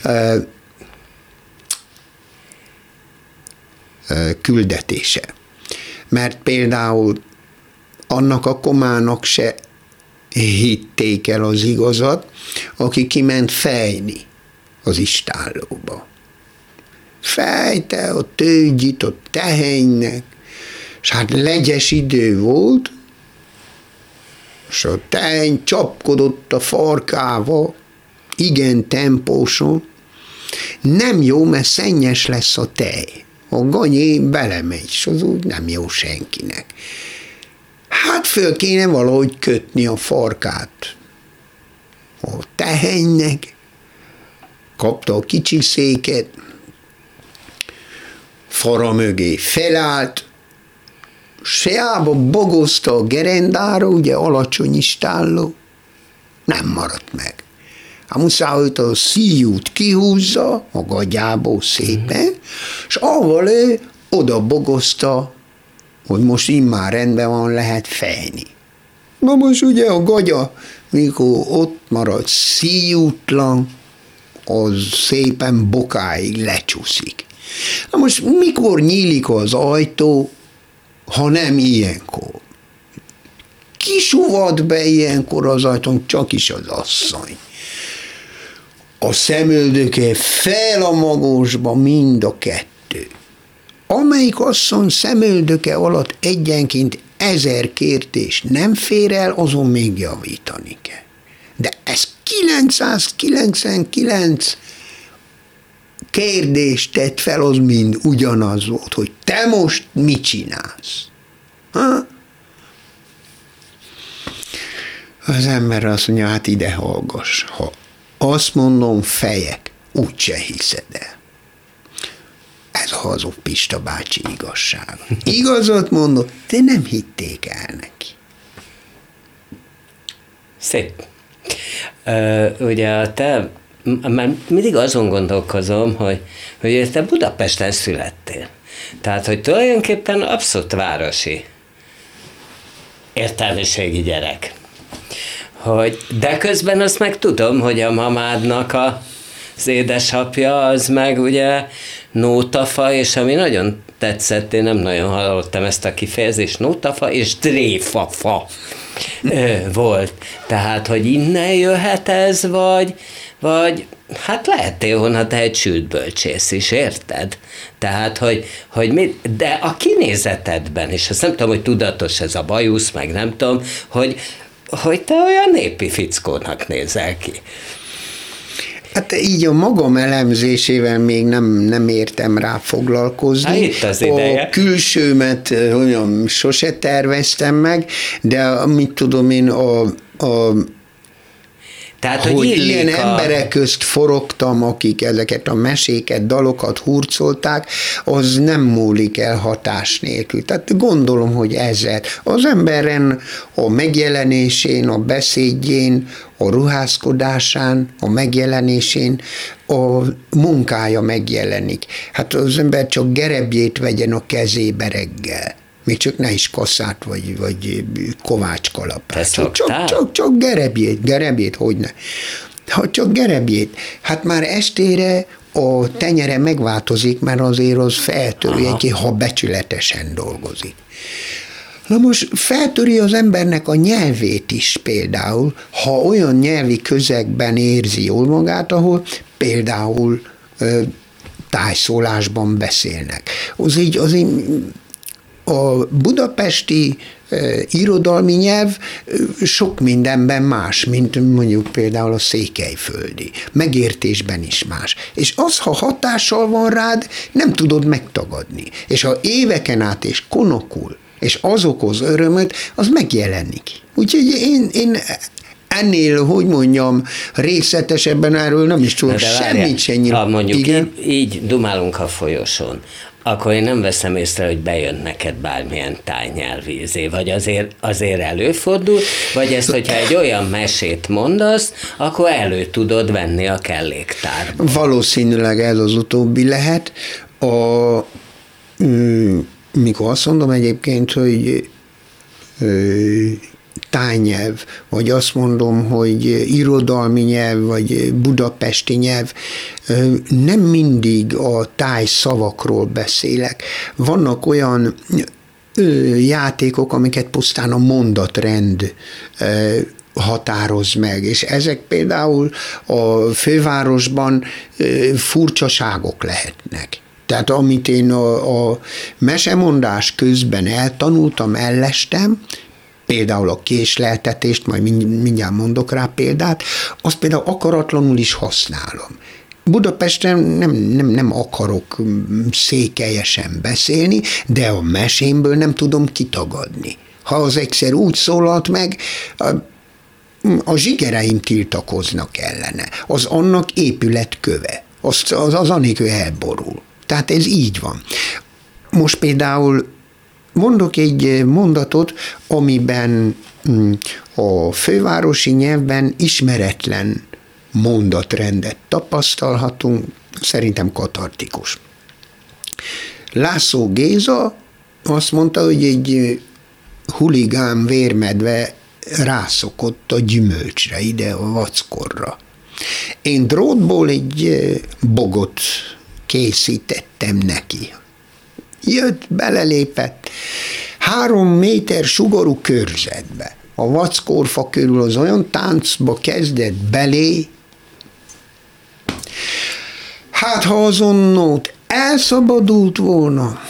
küldetése. Mert például annak a komának se hitték el az igazat, aki kiment fejni az istállóba. Fejte a tőgyit, a tehenynek, és hát legyes idő volt, és a teheny csapkodott a farkával, igen tempóson. Nem jó, mert szennyes lesz a tej. A ganyé belemegy, és az úgy nem jó senkinek. Hát föl kéne valahogy kötni a farkát a tehenynek, kapta a kicsi széket, fara mögé felállt, seába bogozta a gerendára, ugye alacsony istálló, nem maradt meg. Hát muszáj, hogy a szíjút kihúzza a gagyából szépen, mm. és avval ő oda bogozta, hogy most immár rendben van, lehet fejni. Na most ugye a gagya, mikor ott marad szíjútlan, az szépen bokáig lecsúszik. Na most mikor nyílik az ajtó, ha nem ilyenkor? Ki suvad be ilyenkor az ajtón? Csak is az asszony. A szemöldöke fel a magosba, mind a kettő. Amelyik asszony szemöldöke alatt egyenként ezer kértés nem fér el, azon még javítani kell. De ez kilencszázkilencvenkilenc kérdést tett fel, az mind ugyanaz volt, hogy te most mit csinálsz? Ha? Az ember azt mondja, hát ide hallgass, ha azt mondom, fejek, úgyse hiszed el. Ez a Hazug Pista bácsi igazsága. Igazat mondott, de nem hitték el neki. Szép. Ö, ugye a te, már mindig azon gondolkozom, hogy, hogy te Budapesten születtél. Tehát, hogy tulajdonképpen abszolút városi értelmiségi gyerek. Hogy, de közben azt meg tudom, hogy a mamádnak a, az édesapja az meg ugye nótafa, és ami nagyon tetszett, én nem nagyon hallottam ezt a kifejezést, nótafa és tréfafa volt. Tehát, hogy innen jöhet ez, vagy, vagy hát lehettél volna te egy sült bölcsész is, érted? Tehát, hogy, hogy mit, de a kinézetedben, és azt nem tudom, hogy tudatos ez a bajusz, meg nem tudom, hogy hogy te olyan népi fickónak nézel ki. Hát így a magam elemzésével még nem, nem értem rá foglalkozni. Hát itt az ideje. A külsőmet olyan sose terveztem meg, de mit tudom én, a, a Tehát, hogy, hogy ilyen a... emberek közt forogtam, akik ezeket a meséket, dalokat hurcolták, az nem múlik el hatás nélkül. Tehát gondolom, hogy ezzel az emberen a megjelenésén, a beszédjén, a ruházkodásán, a megjelenésén a munkája megjelenik. Hát az ember csak gerebjét vegyen a kezébe reggel. Még csak ne is kasszát, vagy, vagy kovácskalapát. Csak, csak, csak, csak gerebjét, gerebjét, hogyne. Ha csak gerebjét. Hát már estére a tenyere megváltozik, mert azért az feltörje ki, ha becsületesen dolgozik. Na most feltöri az embernek a nyelvét is például, ha olyan nyelvi közegben érzi jól magát, ahol például ö, tájszólásban beszélnek. Az így, az így a budapesti uh, irodalmi nyelv uh, sok mindenben más, mint mondjuk például a székelyföldi. Megértésben is más. És az, ha hatással van rád, nem tudod megtagadni. És ha éveken át és konokul, és az okoz örömöt, az megjelenik. Úgyhogy én, én ennél, hogy mondjam, részletesebben erről nem is tudok semmit se nyilván. Ha mondjuk igen? így dumálunk a folyosón, akkor én nem veszem észre, hogy bejön neked bármilyen tájnyelvízé, vagy azért, azért előfordul, vagy ezt, hogyha egy olyan mesét mondasz, akkor elő tudod venni a kelléktárba. Valószínűleg ez az utóbbi lehet. A, mikor azt mondom egyébként, hogy tájnyelv, vagy azt mondom, hogy irodalmi nyelv, vagy budapesti nyelv, nem mindig a táj szavakról beszélek. Vannak olyan játékok, amiket pusztán a mondatrend határoz meg, és ezek például a fővárosban furcsaságok lehetnek. Tehát amit én a, a mesemondás közben eltanultam, ellestem, például a késleltetést, majd mindjárt mondok rá példát, azt például akaratlanul is használom. Budapesten nem, nem, nem akarok székelyesen beszélni, de a mesémből nem tudom kitagadni. Ha az egyszer úgy szólalt meg, a, a zsigereim tiltakoznak ellene. Az annak épületköve. Az, az, az anélkül elborul. Tehát ez így van. Most például mondok egy mondatot, amiben a fővárosi nyelvben ismeretlen mondatrendet tapasztalhatunk, szerintem katartikus. László Géza azt mondta, hogy egy huligán vérmedve rászokott a gyümölcsre, ide a vackorra. Én drótból egy bogot készítettem neki. Jött, belelépett, három méter sugarú körzetbe. A vackorfa körül az olyan táncba kezdett belé, hát ha azonnót elszabadult volna,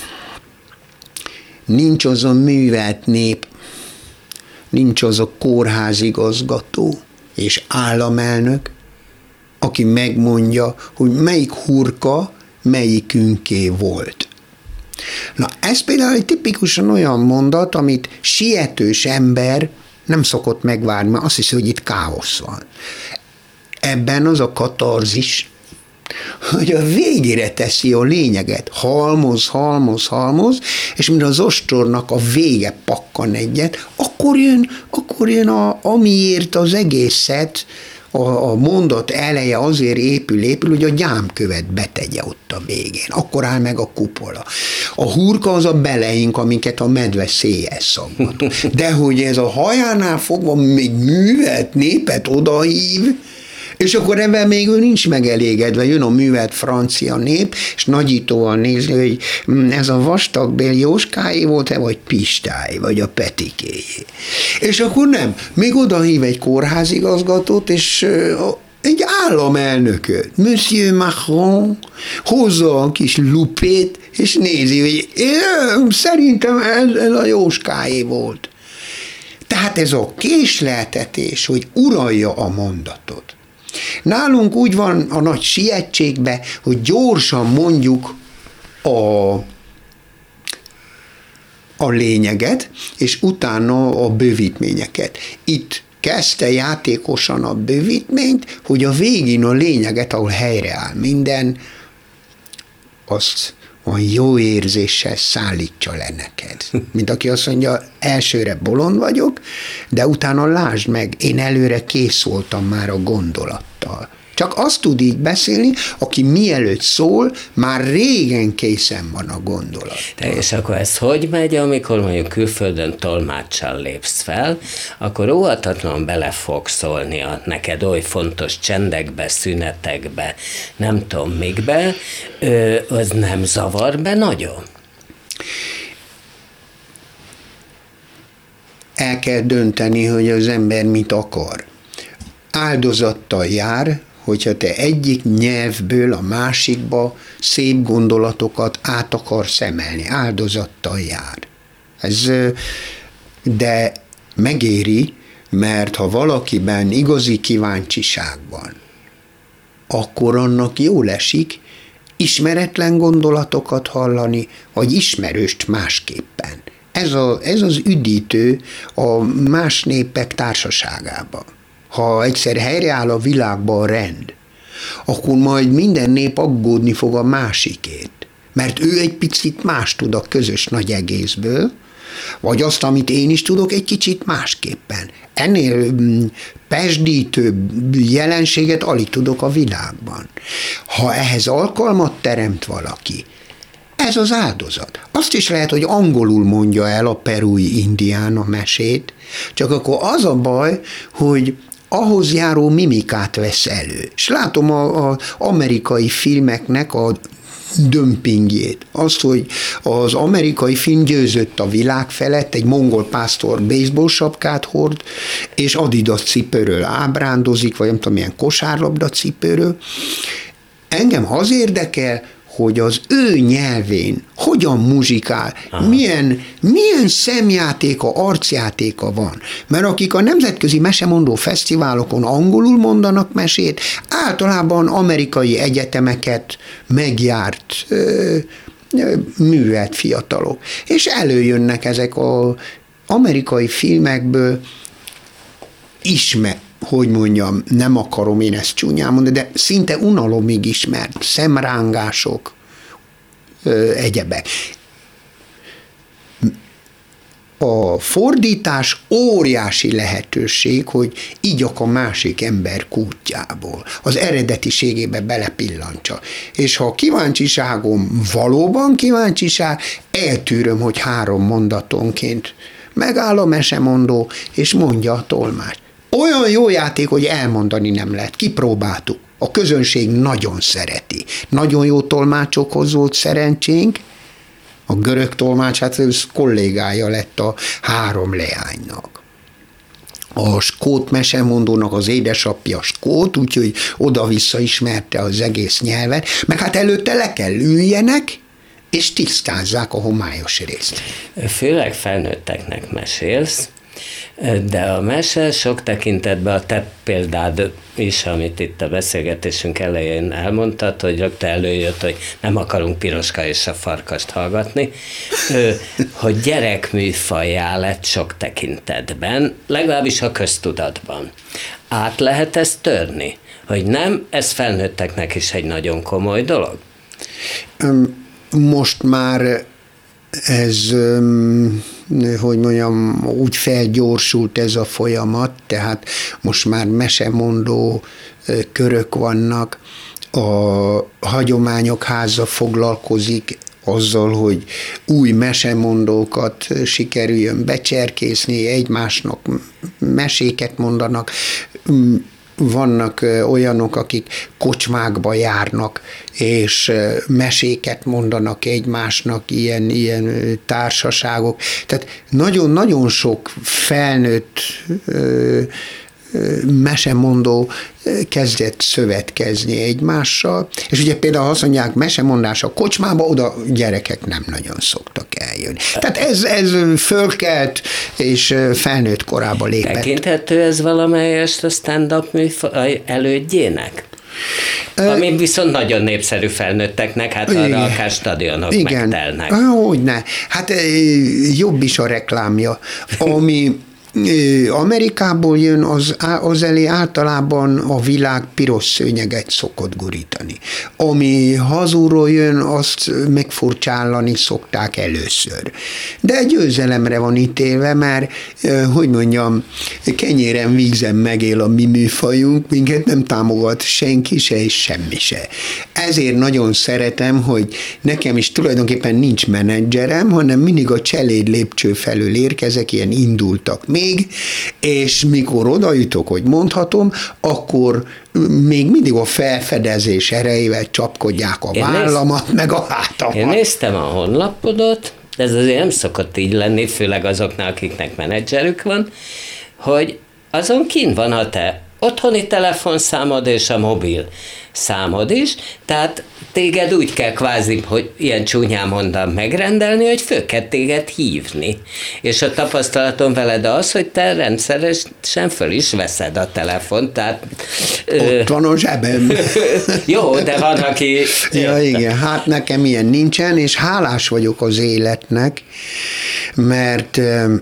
nincs az a művelt nép, nincs az a kórházigazgató és államelnök, aki megmondja, hogy melyik hurka melyikünké volt. Na, ez például egy tipikusan olyan mondat, amit sietős ember nem szokott megvárni, mert azt hiszi, hogy itt káosz van. Ebben az a katarzis, hogy a végére teszi a lényeget, halmoz, halmoz, halmoz, és mire az ostornak a vége pakkan egyet, akkor jön, akkor jön a, amiért az egészet, a, a mondat eleje azért épül, épül, hogy a gyámkövet betegye ott a végén. Akkor áll meg a kupola. A hurka az a beleink, amiket a medve széjjel szaggat. De hogy ez a hajánál fogva még művelt népet odahív, és akkor ebben még ő nincs megelégedve, jön a művelt francia nép, és nagyítóan nézi, hogy ez a vastagbél Jóskáé volt-e, vagy Pistáé, vagy a Petikéjé. És akkor nem, még odahív egy kórházigazgatót, és egy államelnököt, Monsieur Macron, hozza a kis lupét, és nézi, hogy szerintem ez, ez a Jóskáé volt. Tehát ez a késleltetés, hogy uralja a mondatot. Nálunk úgy van a nagy sietségben, hogy gyorsan mondjuk a, a lényeget, és utána a bővítményeket. Itt kezdte játékosan a bővítményt, hogy a végén a lényeget, ahol helyreáll minden, azt olyan jó érzéssel szállítsa le neked. Mint aki azt mondja, elsőre bolond vagyok, de utána lásd meg, én előre kész voltam már a gondolattal. Csak azt tud így beszélni, aki mielőtt szól, már régen készen van a gondolat. És akkor ez hogy megy, amikor mondjuk külföldön tolmáccsal lépsz fel, akkor óhatatlan bele fog szólni a neked oly fontos csendekbe, szünetekbe, nem tudom mikbe, az nem zavar be nagyon? El kell dönteni, hogy az ember mit akar. Áldozattal jár, hogyha te egyik nyelvből a másikba szép gondolatokat át akarsz emelni. Áldozattal jár. Ez, de megéri, mert ha valakiben igazi kíváncsiság van, akkor annak jól esik ismeretlen gondolatokat hallani, vagy ismerőst másképpen. Ez, a, ez az üdítő a más népek társaságában. Ha egyszer helyreáll a világban a rend, akkor majd minden nép aggódni fog a másikét, mert ő egy picit más tud a közös nagy egészből, vagy azt, amit én is tudok, egy kicsit másképpen. Ennél pesdítőbb jelenséget alig tudok a világban. Ha ehhez alkalmat teremt valaki, ez az áldozat. Azt is lehet, hogy angolul mondja el a perui indián a mesét, csak akkor az a baj, hogy ahhoz járó mimikát vesz elő. És látom az amerikai filmeknek a dömpingjét. Azt, hogy az amerikai film győzött a világ felett, egy mongol pásztor baseball sapkát hord, és Adidas cipőről ábrándozik, vagy nem tudom, milyen kosárlabda cipőről. Engem az érdekel, hogy az ő nyelvén hogyan muzsikál, milyen, milyen szemjátéka, arcjátéka van. Mert akik a nemzetközi mesemondó fesztiválokon angolul mondanak mesét, általában amerikai egyetemeket megjárt ö, ö, művelt fiatalok. És előjönnek ezek az amerikai filmekből ismer, hogy mondjam, nem akarom én ezt csúnyán mondani, de szinte unalomig ismert szemrángások, ö, egyebek. A fordítás óriási lehetőség, hogy igyak a másik ember kútjából, az eredetiségébe belepillantsa. És ha a kíváncsiságom valóban kíváncsiság, eltűröm, hogy három mondatonként megáll a mesemondó, és mondja a tolmács. Olyan jó játék, hogy elmondani nem lehet. Kipróbáltuk. A közönség nagyon szereti. Nagyon jó tolmácsokhoz volt szerencsénk. A görög tolmács, hát ez kollégája lett a három leánynak. A skót mesemondónak az édesapja skót, úgyhogy oda-vissza ismerte az egész nyelvet, meg hát előtte le kell üljenek, és tisztázzák a homályos részt. Főleg felnőtteknek mesélsz, de a mese sok tekintetben a te példád is, amit itt a beszélgetésünk elején elmondtad, hogy rögtön előjött, hogy nem akarunk Piroska és a farkast hallgatni, hogy gyerekműfajjá lett sok tekintetben, legalábbis a köztudatban. Át lehet ezt törni? Hogy nem, ez felnőtteknek is egy nagyon komoly dolog? Most már ez, hogy mondjam, úgy felgyorsult ez a folyamat, tehát most már mesemondó körök vannak, a Hagyományok Háza foglalkozik azzal, hogy új mesemondókat sikerüljön becserkészni, egymásnak meséket mondanak. Vannak olyanok, akik kocsmákba járnak, és meséket mondanak egymásnak, ilyen, ilyen társaságok. Tehát nagyon-nagyon sok felnőtt mesemondó kezdett szövetkezni egymással, és ugye például azt mondják, mesemondás a kocsmába, oda gyerekek nem nagyon szoktak eljönni. Tehát ez, ez fölkelt, és felnőtt korába lépett. Tekinthető ez valamelyest a stand-up műfaj elődjének? Ami viszont nagyon népszerű felnőtteknek, hát arra igen, akár stadionok igen, megtelnek. Hogyne. Hát jobb is a reklámja. Ami Amerikából jön, az, az elé általában a világ piros szőnyeget szokott gurítani. Ami hazulról jön, azt megfurcsálani szokták először. De győzelemre van ítélve, mert, hogy mondjam, kenyéren, vízen megél a mi műfajunk, minket nem támogat senki se és semmi se. Ezért nagyon szeretem, hogy nekem is tulajdonképpen nincs menedzserem, hanem mindig a cseléd lépcső felől érkezek, ilyen indultak még, és mikor oda jutok, hogy mondhatom, akkor még mindig a felfedezés erejével csapkodják a én vállamat, néz... meg a hátamat. Én néztem a honlapodat, de ez azért nem szokott így lenni, főleg azoknál, akiknek menedzserük van, hogy azon kint van a te otthoni telefonszámod és a mobil számod is, tehát téged úgy kell kvázi, hogy ilyen csúnyán mondom megrendelni, hogy föl kell téged hívni. És a tapasztalatom veled az, hogy te rendszeresen föl is veszed a telefont, tehát... Ott van a zsebem. Jó, de van, aki... Ja, igen, hát nekem ilyen nincsen, és hálás vagyok az életnek, mert...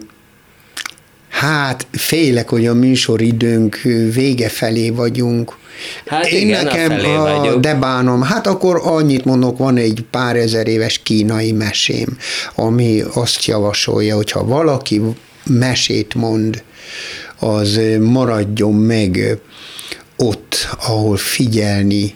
Hát félek, hogy a műsoridőnk vége felé vagyunk. Hát Én igen, nekem, ha de bánom, hát akkor annyit mondok, van egy pár ezer éves kínai mesém, ami azt javasolja, hogyha valaki mesét mond, az maradjon meg ott, ahol figyelni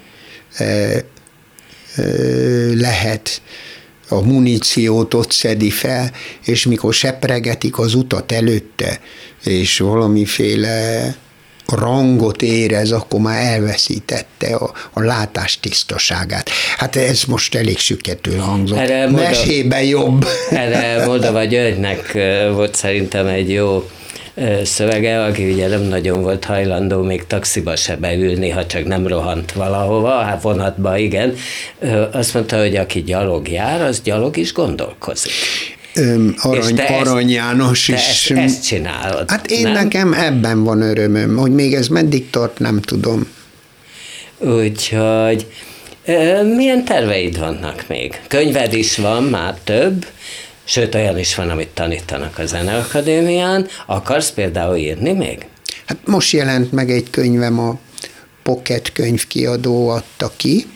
lehet, a muníciót ott szedi fel, és mikor sepregetik az utat előtte, és valamiféle rangot érez, akkor már elveszítette a, a látás tisztaságát. Hát ez most elég süketül hangzott. Erre Mesében jobb. Erre Moldova Györgynek volt szerintem egy jó szövege, aki ugye nem nagyon volt hajlandó még taxiba se beülni, ha csak nem rohant valahova, hát vonatba igen. Azt mondta, hogy aki gyalog jár, az gyalog is gondolkozik. Öm, arany, Arany János te is. Ezt, ezt csinálod. Hát én nem? Nekem ebben van örömöm, hogy még ez meddig tart, nem tudom. Úgyhogy milyen terveid vannak még? Könyved is van, már több, sőt, olyan is van, amit tanítanak a Zeneakadémián. Akarsz például írni még? Hát most jelent meg egy könyvem, a Pocket könyvkiadó adta ki.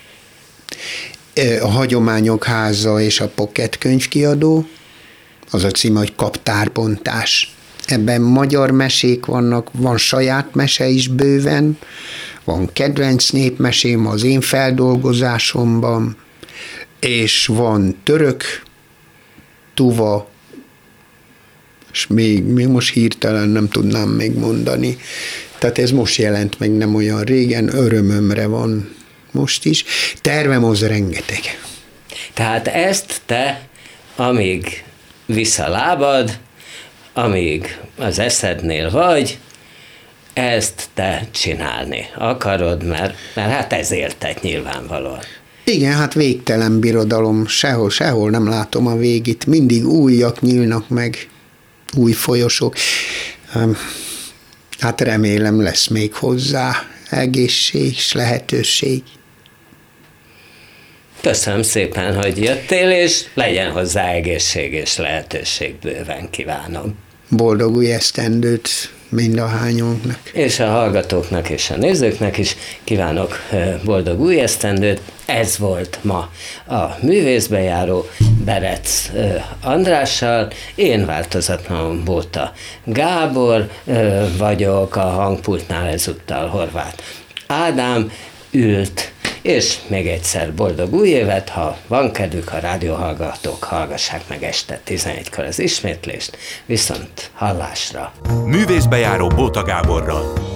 A Hagyományok Háza és a Pocket könyvkiadó. Az a címe, hogy Kaptárbontás. Ebben magyar mesék vannak, van saját mese is bőven, van kedvenc népmesém az én feldolgozásomban, és van török, tuva, és még, még most hirtelen nem tudnám még mondani. Tehát ez most jelent meg nem olyan régen, örömömre van most is. Tervem az rengeteg. Tehát ezt te, amíg visszalábad, amíg az eszednél vagy, ezt te csinálni akarod, mert, mert hát ez érted nyilvánvalóan. Igen, hát végtelen birodalom, sehol, sehol nem látom a végét, mindig újak nyílnak meg, új folyosók. Hát remélem lesz még hozzá egészség és lehetőség. Köszönöm szépen, hogy jöttél, és legyen hozzá egészség és lehetőség, bőven kívánom. Boldog új esztendőt mindahányunknak. És a hallgatóknak és a nézőknek is kívánok boldog új esztendőt. Ez volt ma a művészbejáró Berec Andrással. Én változatlanul Bóta Gábor vagyok, a hangpultnál ezúttal Horváth Ádám ült, és még egyszer boldog új évet, ha van kedvük a rádióhallgatók, hallgassák meg este tizenegykor az ismétlést, viszont hallásra. Művészbejáró Bóta Gáborral.